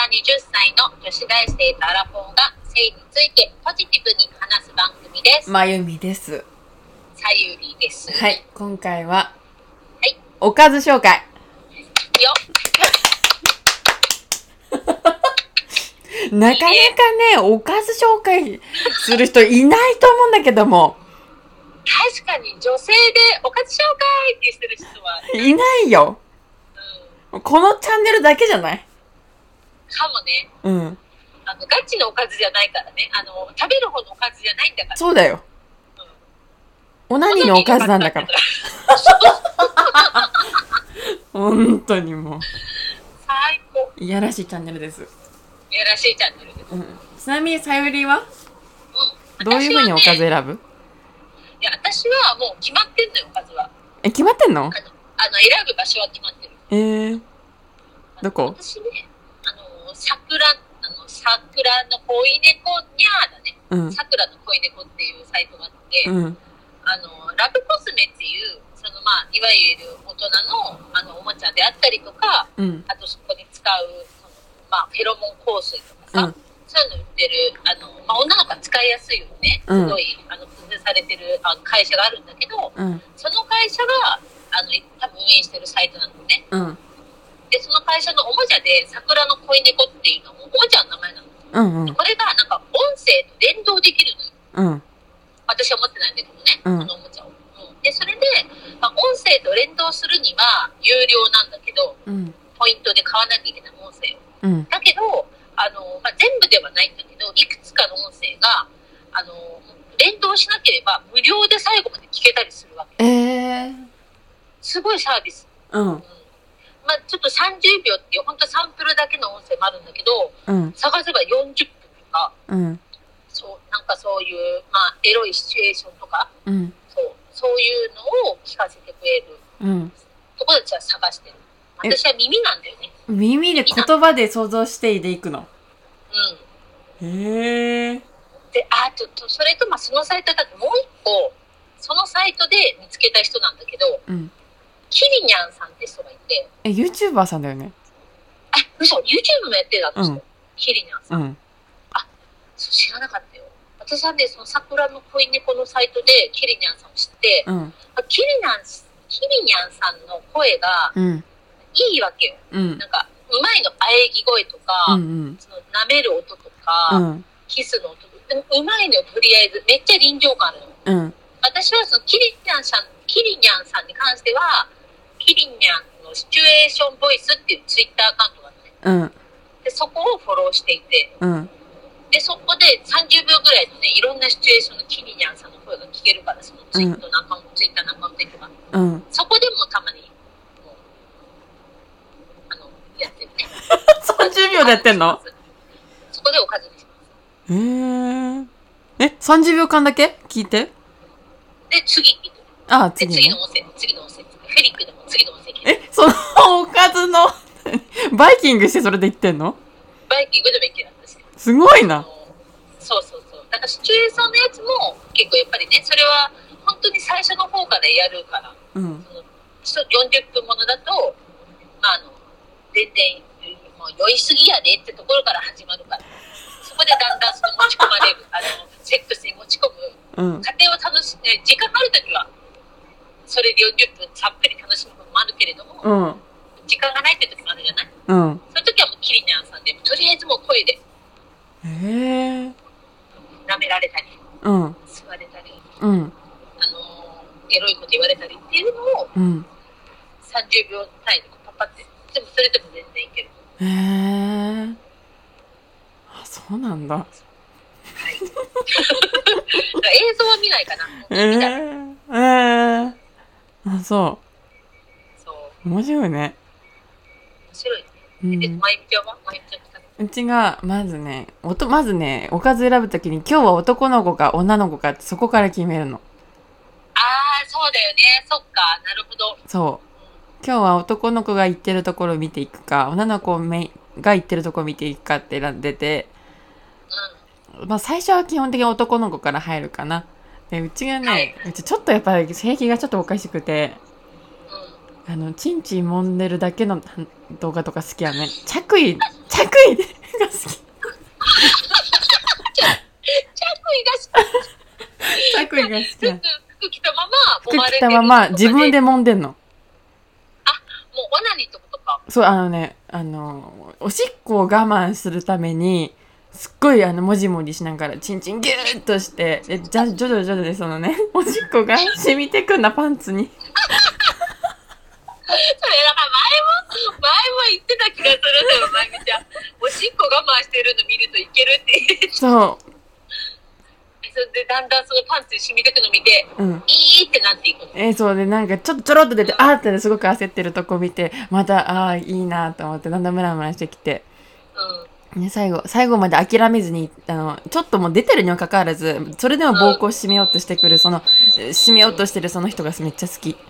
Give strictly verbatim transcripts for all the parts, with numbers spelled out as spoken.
にじゅっさいの女子大生とアラフォーが性についてポジティブに話す番組です。 まゆみです。 さゆりです。 はい、今回は、 はい、 おかず紹介。 よなかなかね、おかず紹介する人いないと思うんだけども。 確かに女性でおかず紹介ってしてる人はいないよ。 うん、 このチャンネルだけじゃない？ かもね。 うん。 あのガチのおかずじゃないからね。あの食べる方のおかずじゃないんだから。 そうだよ。うん、おなにのおかずなんだから。本当にもう。 最高。 いやらしいチャンネルです。 いやらしいチャンネルです。 うん、ちなみにさゆりは、 うん、 どういう風におかず選ぶ？ いや、私はもう決まってんのよ、おかずは。 え、決まってんの？ あの、あの選ぶ場所は決まってる。 えー、どこ？ 私ね、あの、桜、あの、桜の恋猫にゃーだね。うん。桜の恋猫っていうサイトがあって、うん、あの、ラブコスメっていう、そのまあ、いわゆる大人の、あの、おもちゃであったりとか、うん、あとそこに使う、その、まあ、フェロモン香水とかさ、うん、そういうの売ってる、あの、まあ、女の子が使いやすいよね。すごい、うん、あの、工夫されてるあの会社があるんだけど、うん、その会社が、あの、多分運営してるサイトなのね。うん、で、その会社のおもちゃで、桜の恋猫っていうのも、おもちゃの名前なの。うんうん、これが、なんか、音声と連動できるのよ。うん、私は持ってないんだけどね、うん、あのおもちゃを。うん、で、それで、まあ、音声と連動するには、有料なんだけど、うん、ポイントで買わなきゃいけない音声を。うん、だけど、あの、まあ、全部ではないんだけど、いくつかの音声が、あの、連動しなければ無料で最後まで聞けたりするわけ。えー、すごいサービス。うん。うん、まあ、ちょっとさんじゅうびょうっていう、ほんとサンプルだけの音声もあるんだけど、うん、探せばよんじゅっぷんとか、うん、そう、なんかそういう、まあ、エロいシチュエーションとか、うん、そう、そういうのを聞かせてくれる。うん。友達は探してる。私は耳なんだよね。 耳で言葉で想像してでいくの。 うん。 へえ。 で、あと、それと、まあ、そのサイトだともう一個、そのサイトで見つけた人なんだけど、うん、キリニャンさんって人がいて。 え、YouTuber さんだよね。 あ、嘘、YouTube もやってたんですよ。うん、キリニャンさん。うん、あ、そう、知らなかったよ。私はね、その桜の恋猫のサイトでキリニャンさんを知って、うん、キリニャン、キリニャンさんの声が、うんいいわけよ、うん、なんかうまいの、喘ぎ声とか、うんうん、その舐める音とか、うん、キスの音うまいのよ。とりあえずめっちゃ臨場感あるの、うん、私はそのキリニャンさんキリニャンさんに関してはキリニャンのシチュエーションボイスっていうツイッターアカウントがあって、うん、でそこをフォローしていて、うん、でそこでさんじゅうびょうぐらいのねいろんなシチュエーションのキリニャンさんの声が聞けるから、そのツイッターのアカウント、うん、ツイッターのアカウントとか、うん、そこでもたまにやってるね。 さんじゅうびょうでやってんの？ そこでおかずにします。 へー。え、さんじゅうびょうかんだけ聞いて？ で、次。 ああ、次、ね。 次の音声、次の音声。フェリックでも次の音声聞いて。 え、そのおかずのバイキングしてそれで言ってんの？ バイキングでもいけるんですよ。 すごいな。 そうそうそう。だからシチュエーションのやつも結構やっぱりね、それは本当に最初の方からやるから。うん。そのよんじゅっぷんものだと、まああの、全然もう酔いすぎやでってところから始まるから、そこでだんだんその持ち込まれるあのセックスに持ち込む、うん、過程を楽しんで時間があるときはそれでよんじゅっぷんたっぷり楽しむこともあるけれども、うん、時間がないって時もあるじゃない、うん、そういう時はもうキリニャンさんでとりあえずもう声でへ舐められたり、うん、吸われたり、うん、あのエロいこと言われたりっていうのを、うん、さんじゅうびょう単位でパッパって、でもそれでも全然いける。へー。あ、そうなんだ。はい。 映像は見ないかな。 えー、えー。あ、そう。そう。面白いね。 面白いね。うん、で、まゆみちゃんは？まゆみちゃん来たの？ うちが、まずね、おと、まずね、おかず選ぶときに、今日は男の子か女の子かってそこから決めるの。 あー、そうだよね。そっか。なるほど。 そう。今日は男の子が行ってるところを見ていくか、女の子が行ってるところを見ていくかって選んでて、うん、まあ最初は基本的に男の子から入るかな。で、うちがね、はい、うちちょっとやっぱり性癖がちょっとおかしくて、 あのチンチン揉んでるだけの動画とか好きやね。着衣着衣が好き。着衣が好きや。 服着たまま揉まれてる。服着たまま自分で揉んでんの。 あ、もうオナニーってことか。 そう、あのね、あのおしっこを我慢するためにすっごいあのもじもじしながらチンチンギューッとしてでじゃ徐々徐々でそのねおしっこが染みてくんなパンツに。 それだから前も前も言ってた気がするんだよ、まゆみちゃん。おしっこ我慢してるの見るといけるって言って。 そう。 それでだんだんそのパンツに染みてくの見て、うん、いいってなっていくの。 えー、そうでなんかちょっとちょろっと出て、うん、あーってすごく焦ってるとこ見てまたああいいなと思ってだんだんムラムラしてきて。うん。ね、最後最後まで諦めずにあのちょっともう出てるにもかかわらずそれでも膀胱を締めようとしてくるその締めようとしてるその人がめっちゃ好き。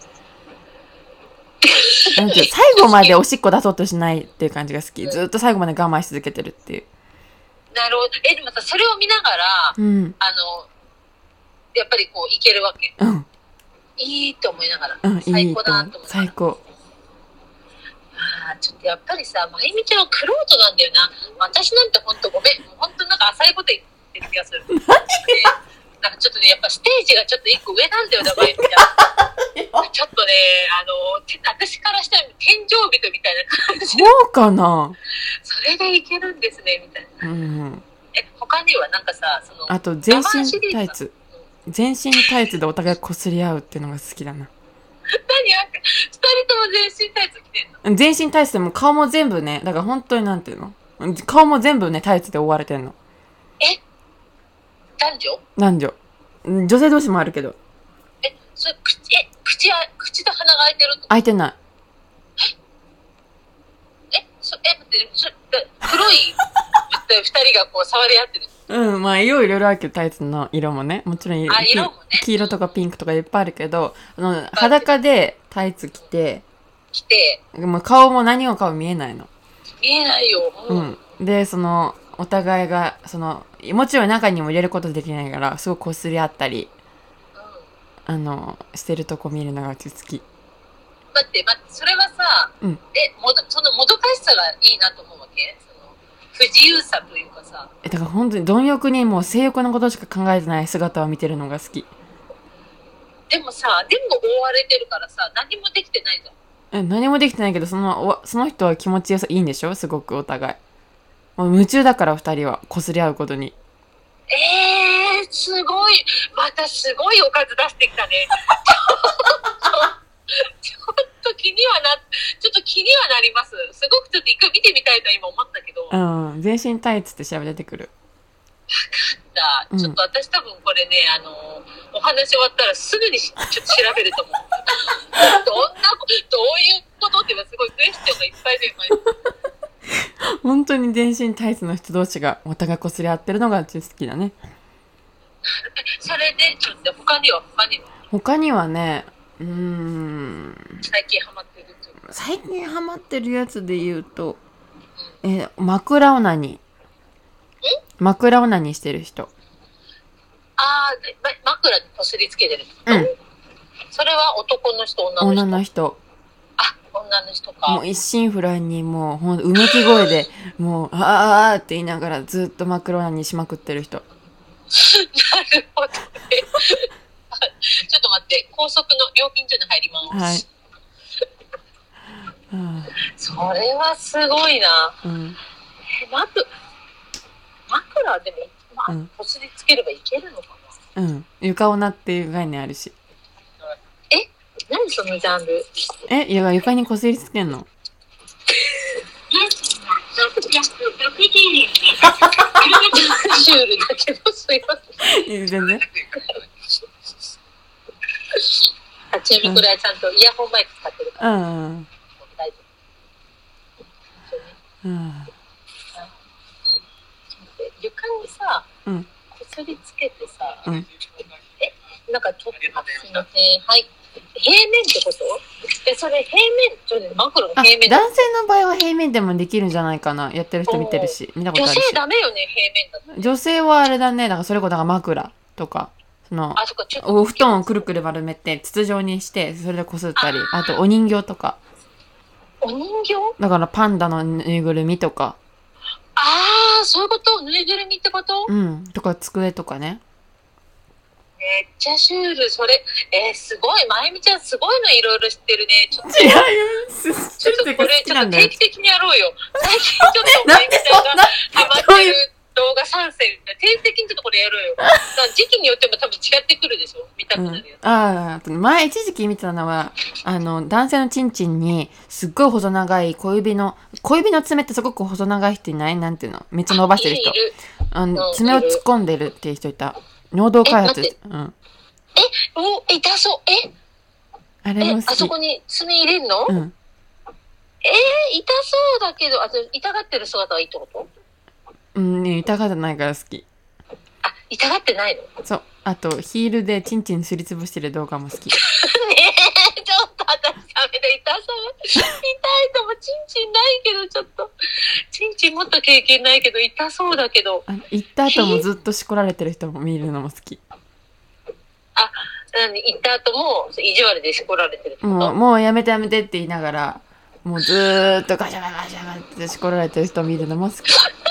なんて最後までおしっこ出そうとしないっていう感じが好き。ずっと最後まで我慢し続けてるっていう。 なるほど。え、でもさ、それを見ながら、うん、あの、やっぱりこう、いけるわけ。うん。いいって思いながら。うん、最高だなと思って。 最高。 ああ、ちょっとやっぱりさ、まゆみちゃんはクロートなんだよな。私なんてほんとごめん。ほんとなんか浅いこと言ってる気がする。何なんかちょっとね、やっぱステージがちょっと一個上なんだよな、まゆみちゃん。ちょっとね、あの、私からしたら天井人みたいな感じ。 そうかな。 それでいけるんですね、みたいな。うん。え、他にはなんかさ、その、 あと全身タイツ。全身タイツでお互い擦り合うっていうのが好きだな。 何あって二人とも全身タイツ着てんの？ 全身タイツでも顔も全部ね、だから本当になんていうの？顔も全部ね、タイツで覆われてんの。 え？男女？ 男女。女性同士もあるけど。 え、それ口、え、口は、口と鼻が開いてると？ 開いてない。 え？え、そ、え、待って、そ、黒い二人がこう触り合ってる。 うん、まあ色いろいろあるけどタイツの色もね、もちろんあ色もね、 黄色とかピンクとかいっぱいあるけど、あの裸でタイツ着て、 着て、 もう顔も何も顔見えないの。 見えないよ。 うん。うん、でそのお互いがそのもちろん中にも入れることできないからすごく擦り合ったり、うん、あのしてるとこ見るのが好き。 待って待ってそれはさ、うん、えもどそのもどかしさがいいなと思うわけ？不自由さというかさ。 え、だから本当に貪欲にもう性欲のことしか考えてない姿を見てるのが好き。 でもさ、全部覆われてるからさ、何もできてないじゃん。 え、何もできてないけど、その、その人は気持ちよさいいんでしょ？すごくお互い。もう夢中だから二人は、擦り合うことに。 えー、すごい。またすごいおかず出してきたね。ちょっと気にはな、ちょっと気にはなります。すごくちょっと一回見てみたいと今思ったけど。 うん、全身タイツって調べ出てくる。 わかった。ちょっと私多分これね、あの、お話終わったらすぐにちょっと調べると思う。どんな、どういうことっていうのはすごいクエスチョンがいっぱい出る。本当に全身タイツの人同士がお互い擦り合ってるのが好きだね。 それで、ちょっと他には他には他にはね、うーん最近ハマってるというか最近ハマってるやつで言うと、うん、え枕オナニー枕オナニーしてる人。 ああ、で枕にこすりつけてる人、うん、それは男の人女の人？ 女の人。 あ、女の人か。 もう一心不乱にもうほんとうめき声でもうあーあーって言いながらずっと枕オナニーしまくってる人。 なるほどね。ちょっと待って、高速の料金所に入ります。はい。はあ、それはすごいな。うん、え、枕、枕でも、まあ、うん、こすりつければいけるのかな。うん。 床オナっていう概念あるし。 え、何そのジャンル？ え、いや床にこすりつけんの？ シュールだけどすいません。 いや全然。 あ、ちなみにこれはちゃんとイヤホンマイク使ってるから。うん。大丈夫。うん。床にさ、うん、こすりつけてさ、うん、え、なんかちょっとすいません、はい。平面ってこと？え、それ平面、ちょっと枕の平面。 男性の場合は平面でもできるんじゃないかな。やってる人見てるし、見たことあるし。 女性ダメよね、平面だと。 女性はあれだね、だからそれこそだから枕とかそのあ、そっか、ちょっとお布団をくるくる丸めて筒状にしてそれでこすったり、あとお人形とか、 お人形だからパンダのぬいぐるみとか、 ああ、そういうこと、ぬいぐるみってこと、 うんとか机とかね。 めっちゃシュール、それ、えー、すごい、まゆみちゃんすごいのいろいろ知ってるね。ちょっと、 違うちょっとこれ、ちょっと定期的にやろうよ。最近ちょっとなんでまゆみちゃんそんながハマってる動画参戦、定期的にちょっとこれやろうよ。だから時期によっても多分違ってくるでしょ、見たくなるよ、 うん、ああ、前一時期見てたのは、あの、男性のチンチンに、すっごい細長い小指の、小指の爪ってすごく細長い人いない？なんていうの？めっちゃ伸ばしてる人。 いるいるあの、 うん爪を突っ込んでるっていう人いた。尿道開発。うん。 え、お、痛そう。ええ、 あれも好き。 あそこに爪入れんの？ うん。 えー、痛そうだけど、あと痛がってる姿はいいってこと？ うん、ね、痛がってないから好き。 あ、痛がってないの？ そう。あと、ヒールでチンチンすりつぶしてる動画も好き。 ねえ、ちょっと私ダメで痛そう。痛いともチンチンないけど、ちょっと。チンチンもっと経験ないけど、痛そうだけど。 あ、行った後もずっとしこられてる人も見るのも好き。 あ、なに、行った後も意地悪でしこられてるってこと？ もう、もうやめてやめてって言いながら、もうずーっとガシャガシャガシャってしこられてる人見るのも好き。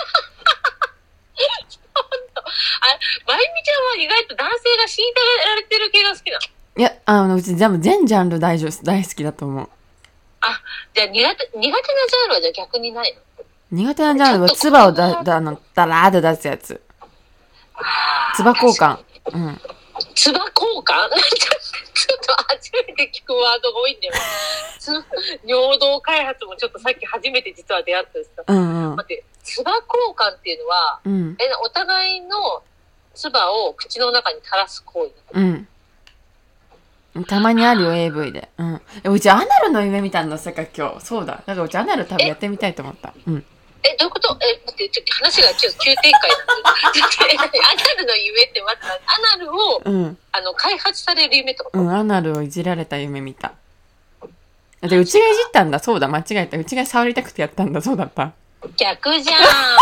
あ、まゆみちゃんは意外と男性が虐げられてる系が好きなの？ いや、あの、うち全部全ジャンル大丈夫、大好きだと思う。 あ、じゃあ苦手、苦手なジャンルはじゃあ逆にないの？ 苦手なジャンルは、唾をだ、だ、あの、だらーって出すやつ。唾交換。うん。 唾交換ちょっと初めて聞くワードが多いんだよ。尿道開発もちょっとさっき初めて実は出会ったんですか。 うんうん。 待って、唾交換っていうのは、うん、え、お互いの唾を口の中に垂らす行為。 うん。たまにあるよ、エーブイ で。うん。うちアナルの夢見たんだ、さっき今日。そうだ。だからうちアナル多分やってみたいと思った。うん。 え、どういうこと？え、待って、ちょっと話がちょっと急展開なんだけど。アナルの夢って待って、アナルを、うん、あの、開発される夢ってこと？ うん、アナルをいじられた夢見た。で、うちがいじったんだ。そうだ、間違えた。うちが触りたくてやったんだ。そうだった。 逆じゃ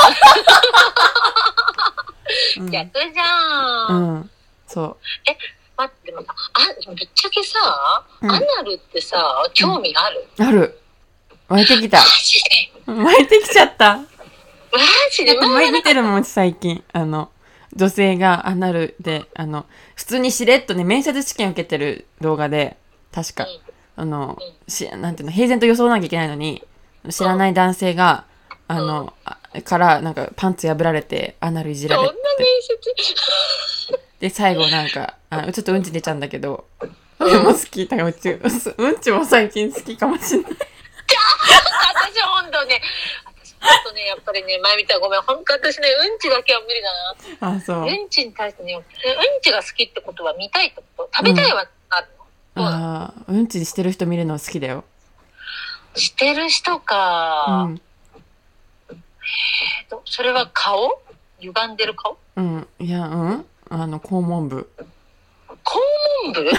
ん。逆じゃん。 うん。そう。 え、待って、でもさ、あ、ぶっちゃけさ、うん、アナルってさ、興味ある？ うん、ある。湧いてきた。 マジで？ 湧いてきちゃった。マジで？ 前見てるもん、最近。あの、女性がアナルで、あの、普通にしれっとね、面接試験受けてる動画で、確か、うん、あの、うん、し、なんていうの、平然と装わなきゃいけないのに、知らない男性が、うん、あの、うん、から、なんか、パンツ破られて、アナルいじられて。 そんな面接で、最後なんか、あ、ちょっとうんち出ちゃうんだけど、でも好き。だからうち、うんちも最近好きかもしれない。 私ほんとね、私ほんとね、やっぱりね、前見たらごめん、ほんと私ね、うんちだけは無理だな。あ、そう。 うんちに対してね、うんちが好きってことは見たいってこと？食べたいはあるの？ うん、ああ、うんちしてる人見るの好きだよ。 してる人か。うん。えーと、それは顔？歪んでる顔？ うん。いや、うん。あの、肛門部。 肛門部？え？待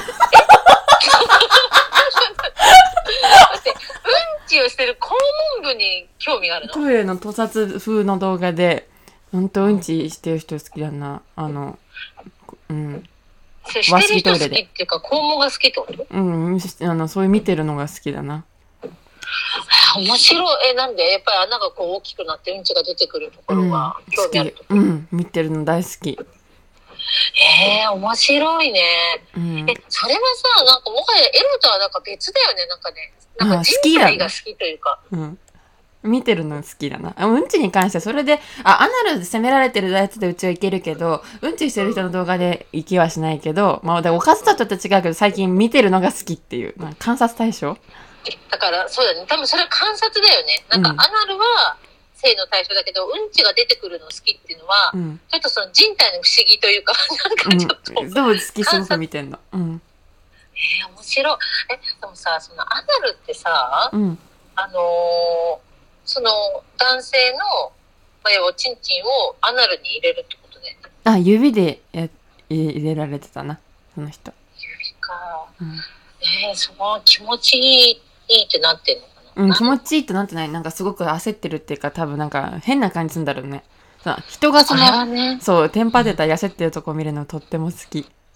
って、うんちをしてる肛門部に興味があるの？ トイレの盗撮風の動画で、ほんとうんちしてる人好きだな。あの、うん。 それしてる人好きっていうか、肛門が好きってこと？ うん、あの、そういう見てるのが好きだな。 面白い。え、なんで？やっぱり穴がこう大きくなってうんちが出てくるところが興味あるところ？ うん、うん、見てるの大好き。 えー、面白いね、うん、え、それはさ、なんかもはやエロとはなんか別だよね、なんかね。なんか人体が好きというか。 うん。見てるの好きだな。うんちに関してはそれで、あ、アナルで責められてるやつでうちはいけるけど、うんちしてる人の動画でいけはしないけど、まあ、だおかずとはちょっと違うけど、最近見てるのが好きっていう、まあ、観察対象？ だから、そうだね。多分それは観察だよね。なんか、アナルは性の対象だけど、うんちが出てくるの好きっていうのは、うん、ちょっとその人体の不思議というか、なんかちょっと。 うん、どう好きすごく見てんの。うん。 えー、面白い。え、でもさ、そのアナルってさ、うん、あのー、その男性の、まあ、おちんちんをアナルに入れるってことね。 あ、指でや入れられてたな、その人。 指か。うん、えー、その気持ちいい、いいってなってんのかな？ うん、気持ちいいってなってない。なんかすごく焦ってるっていうか、多分なんか変な感じするんだろうね。人がその、そね、そう、テンパってた痩せってるとこ見るのとっても好き。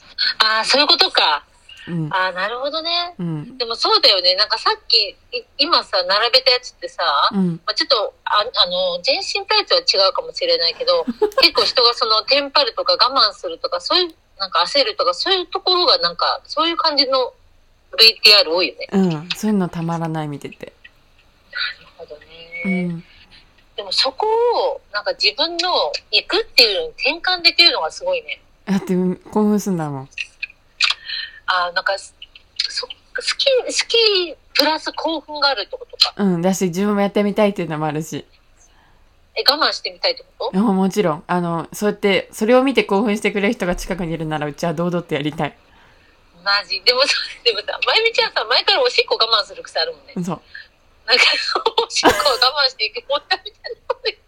ああ、そういうことか。 うん、 ああ、なるほどね、 うん。 でもそうだよね。なんかさっき、今さ、並べたやつってさ、うん、まあ、ちょっと、あ、あの、全身タイツは違うかもしれないけど、結構人がその、テンパるとか我慢するとか、そういう、なんか焦るとか、そういうところがなんか、そういう感じの ブイティーアール 多いよね。 うん、そういうのたまらない、見てて。 なるほどね。 うん。 でもそこを、なんか自分の行くっていうのに転換できるのがすごいね。 だって興奮すんだもん。 あ、なんか、そ好き、好きプラス興奮があるってことか。 うん、だし自分もやってみたいっていうのもあるし。 え、我慢してみたいってこと？ もちろん。あの、そうやって、それを見て興奮してくれる人が近くにいるなら、うちは堂々とやりたい。 マジ。でもさ、でもさ、まゆみちゃんさ、前からおしっこ我慢する癖あるもんね。 そう。 なんか、おしっこを我慢していくもんだみたいなこと言って。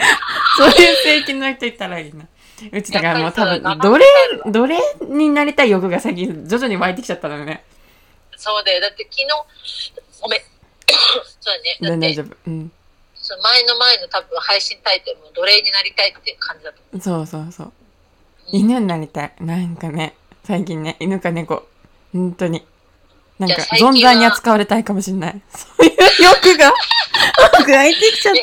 そういう性域の人いたらいいな。うちだからもう多分、奴隷、奴隷になりたい欲が最近徐々に湧いてきちゃったのよね。 そうだよ。だって昨日、ごめん。そうだね。だって大丈夫。うん。 その前の前の多分配信タイトルも奴隷になりたいっていう感じだと思う。 そうそうそう。うん、犬になりたい。なんかね、最近ね、犬か猫。本当に。なんか、存在に扱われたいかもしれない。そういう欲が、湧いてきちゃった。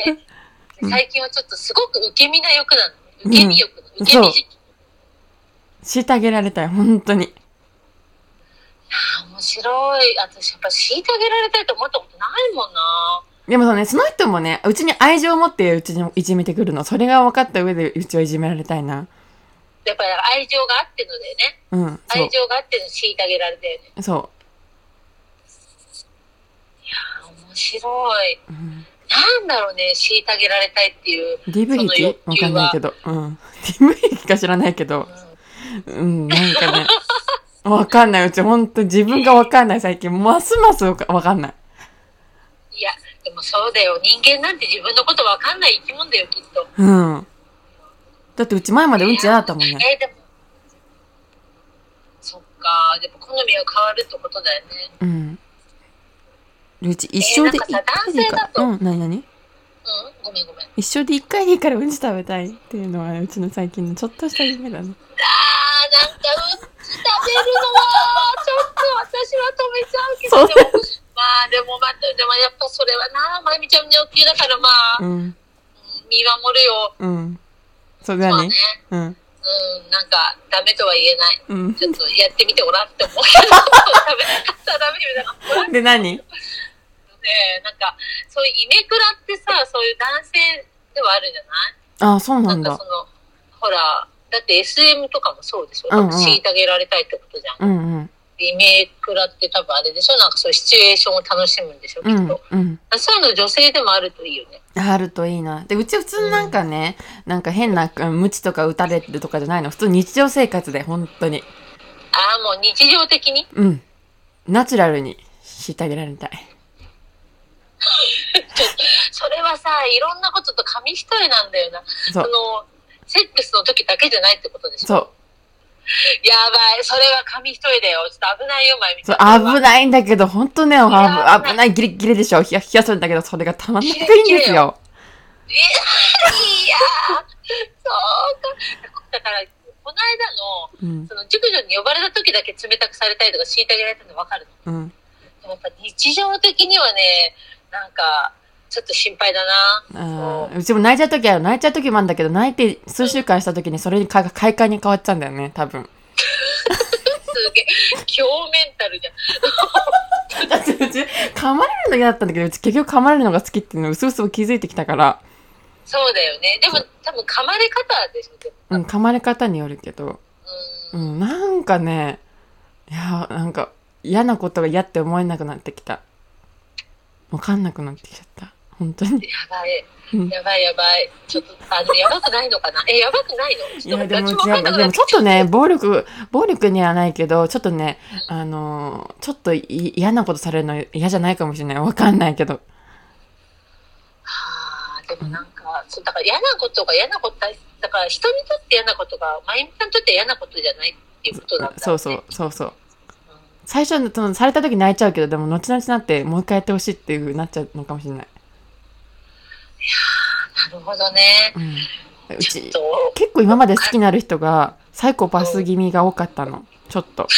最近はちょっとすごく受け身な欲なの。受け身欲の、うん、受け身時期。 虐げられたい、本当に。いやー、面白い。私やっぱ虐げられたいと思ったことないもんな。 でもそうね、その人もね、うちに愛情を持ってうちにいじめてくるの。それが分かった上でうちはいじめられたいな。 やっぱり愛情があってのだよね。うん。愛情があっての虐げられたよね。 そう。 いやー、面白い。うん、なんだろうね、虐げられたいっていう。 ディーブリキ？わかんないけど。うん。ディーブリキか知らないけど。うん、うん、なんかね。わかんない。うちほんと自分がわかんない最近。ますますわかんない。 いや、でもそうだよ。人間なんて自分のことわかんない生き物だよ、きっと。 うん。だってうち前までうんち嫌だったもんね。 えー、でも、そっか。でも好みが変わるってことだよね。 うん。うち一生で一回でいいから。うん、なになに？うん、 ごめんごめん。 一生で一回でいいからうんち食べたいっていうのはうちの最近のちょっとした夢だね。 あー、なんかうんち食べるのはちょっと私は止めちゃうけど、でもまあでもまあでもやっぱそれはな、まゆみちゃんの欲求だからまあ、うん、見守るよ。 うん。そうだね。そうね。うん。 うん、なんかダメとは言えない。うん、ちょっとやってみてごらんって思う。食べなかったらダメみたいな。 で何？ ね、なんかそういうイメクラってさ、そういう男性ではあるじゃない？ ああ、そうなんだ。 なんかそのほら、だって エスエム とかもそうでしょ。うんうん、虐げられたいってことじゃん。 うんうん。 イメクラって多分あれでしょ。なんかそういうシチュエーションを楽しむんでしょ、きっと。うんうん、そういうの女性でもあるといいよね。 あるといいな。で、うち普通なんかね、うん、なんか変なムチとか打たれてるとかじゃないの。普通日常生活で本当に。 ああ、もう日常的に？ うん。ナチュラルに虐げられたい。 それはさ、いろんなことと紙一重なんだよな。そのセックスの時だけじゃないってことでしょ。そう。やばい、それは紙一重だよ。ちょっと危ないよ、前みたいな。 そう、危ないんだけど、本当ね、危ない、ギリギリでしょ。ヒヤヒヤするんだけど、それがたまんなくいいんですよ。いや、いや、 そうか。だから、この間の、うん、その熟女に呼ばれた時だけ冷たくされたりとか虐げられたの分かるの。うん。でもやっぱ日常的にはね、なんか、ちょっと心配だな。 うちも泣いちゃう時ある。泣いちゃう時もあるんだけど、泣いて数週間した時にそれに快感に変わっちゃうんだよね、多分。 すげえ、強メンタルじゃん。 だってうち、噛まれるの嫌だったんだけど、うち結局噛まれるのが好きっていうのをうすうす気づいてきたから。 そうだよね。でも多分噛まれ方でしょ。 うん、噛まれ方によるけど。うん、うん、なんかね、いや、なんか嫌なことが嫌って思えなくなってきた。わかんなくなってきちゃった。本当に。 やばい。やばいやばい。ちょっと、あの、やばくないのかな？え、やばくないの？ いや、でも、でもちょっとね、暴力、暴力にはないけど、ちょっとね、うん、あの、ちょっと嫌なことされるの嫌じゃないかもしれない。わかんないけど。 はあ、でもなんか、そう、だから嫌なことが嫌なことだ、だから人にとって嫌なことが、まゆみさんにとって嫌なことじゃないっていうことなんだ、ね。そうそう、そうそう。最初そのされた時泣いちゃうけど、でも後々になってもう一回やってほしいっていう風になっちゃうのかもしれない。いやー、なるほどね。 うん、うち結構今まで好きになる人がサイコパス気味が多かったの。ちょっと。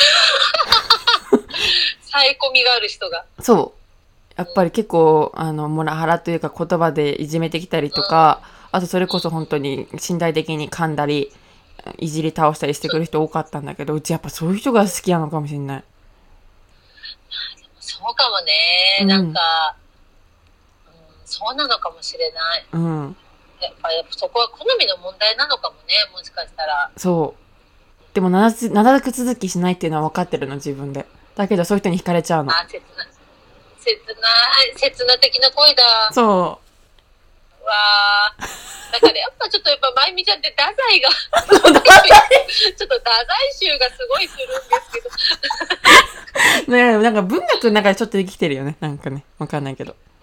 サイコミがある人が。 そう。やっぱり結構、あの、モラハラというか言葉でいじめてきたりとか、うん、あとそれこそ本当に身体的に噛んだり、いじり倒したりしてくる人多かったんだけど、うちやっぱそういう人が好きなのかもしれない。 そうかもね。うん、なんか、うん、そうなのかもしれない。 うん。 やっぱりそこは好みの問題なのかもね、もしかしたら。 そう。でも長く続きしないっていうのは分かってるの、自分で。だけどそういう人に惹かれちゃうの。 あ、切ない。切ない。切な的な恋だ。 そう。 わー。だからやっぱちょっとやっぱまゆみちゃんって太宰がちょっと太宰集がすごいするんですけどね、なんか文学の中でちょっと生きてるよね、なんかね、わかんないけど。 うん、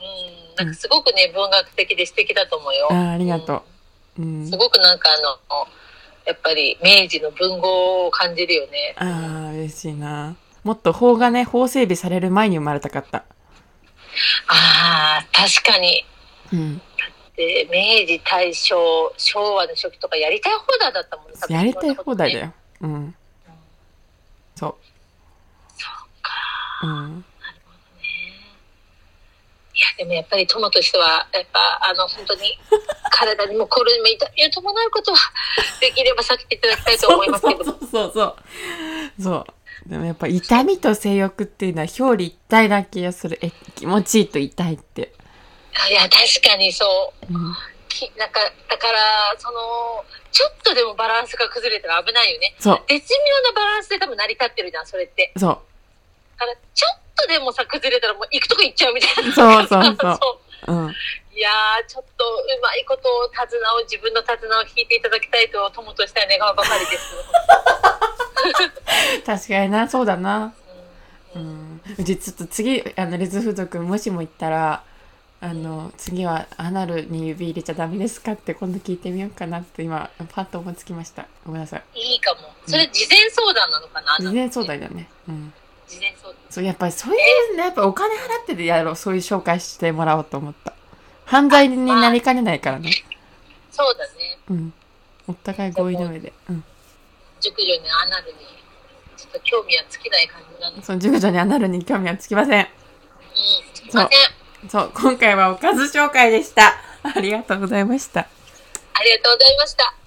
なんかすごくね、文学的で素敵だと思うよ。 あ、ありがとう、うん。 すごくなんかあのやっぱり明治の文豪を感じるよね。 ああ、嬉しいな。もっと法がね、法整備される前に生まれたかった。 ああ、確かに。 うん。 で明治大正昭和の初期とかやりたい放題だったもんね。 やりたい放題だよ。うん。うん、そう。 そうか。 うん。 なるほどね。いやでもやっぱり友としてはやっぱあの本当に体にも心にも痛みを伴うことはできれば避けていただきたいと思いますけど。 そうそうそうそう。そう。でもやっぱ痛みと性欲っていうのは表裏一体な気がする。え、気持ちいいと痛いって。 いや確かにそう、うん、きなんかだからそのちょっとでもバランスが崩れたら危ないよね。 そう絶妙なバランスで多分成り立ってるじゃんそれって。 そうだからちょっとでもさ崩れたらもう行くとこ行っちゃうみたいな。 そうそうそうそう、うん、いやーちょっとうまいことを手綱を自分の手綱を引いていただきたいと友としては願うばかりです。 確かにな、そうだな。うん、うん、うちちょっと次あのレズ付属もしも行ったらあの次はアナルに指入れちゃダメですかって今度聞いてみようかなって今パッと思いつきました。ごめんなさい。 いいかも。それ事前相談なのかな。 事前相談だね。うん。 事前相談。 そうやっぱりそういうね、やっぱお金払ってでやろう、そういう紹介してもらおうと思った。犯罪になりかねないからね。 そうだね。 うん。お互い合意の上で。うん。 熟女にアナルにちょっと興味は尽きない感じだね。 その熟女にアナルに興味は尽きません。 うん、尽きません。 そう、今回はおかず紹介でした。ありがとうございました。 ありがとうございました。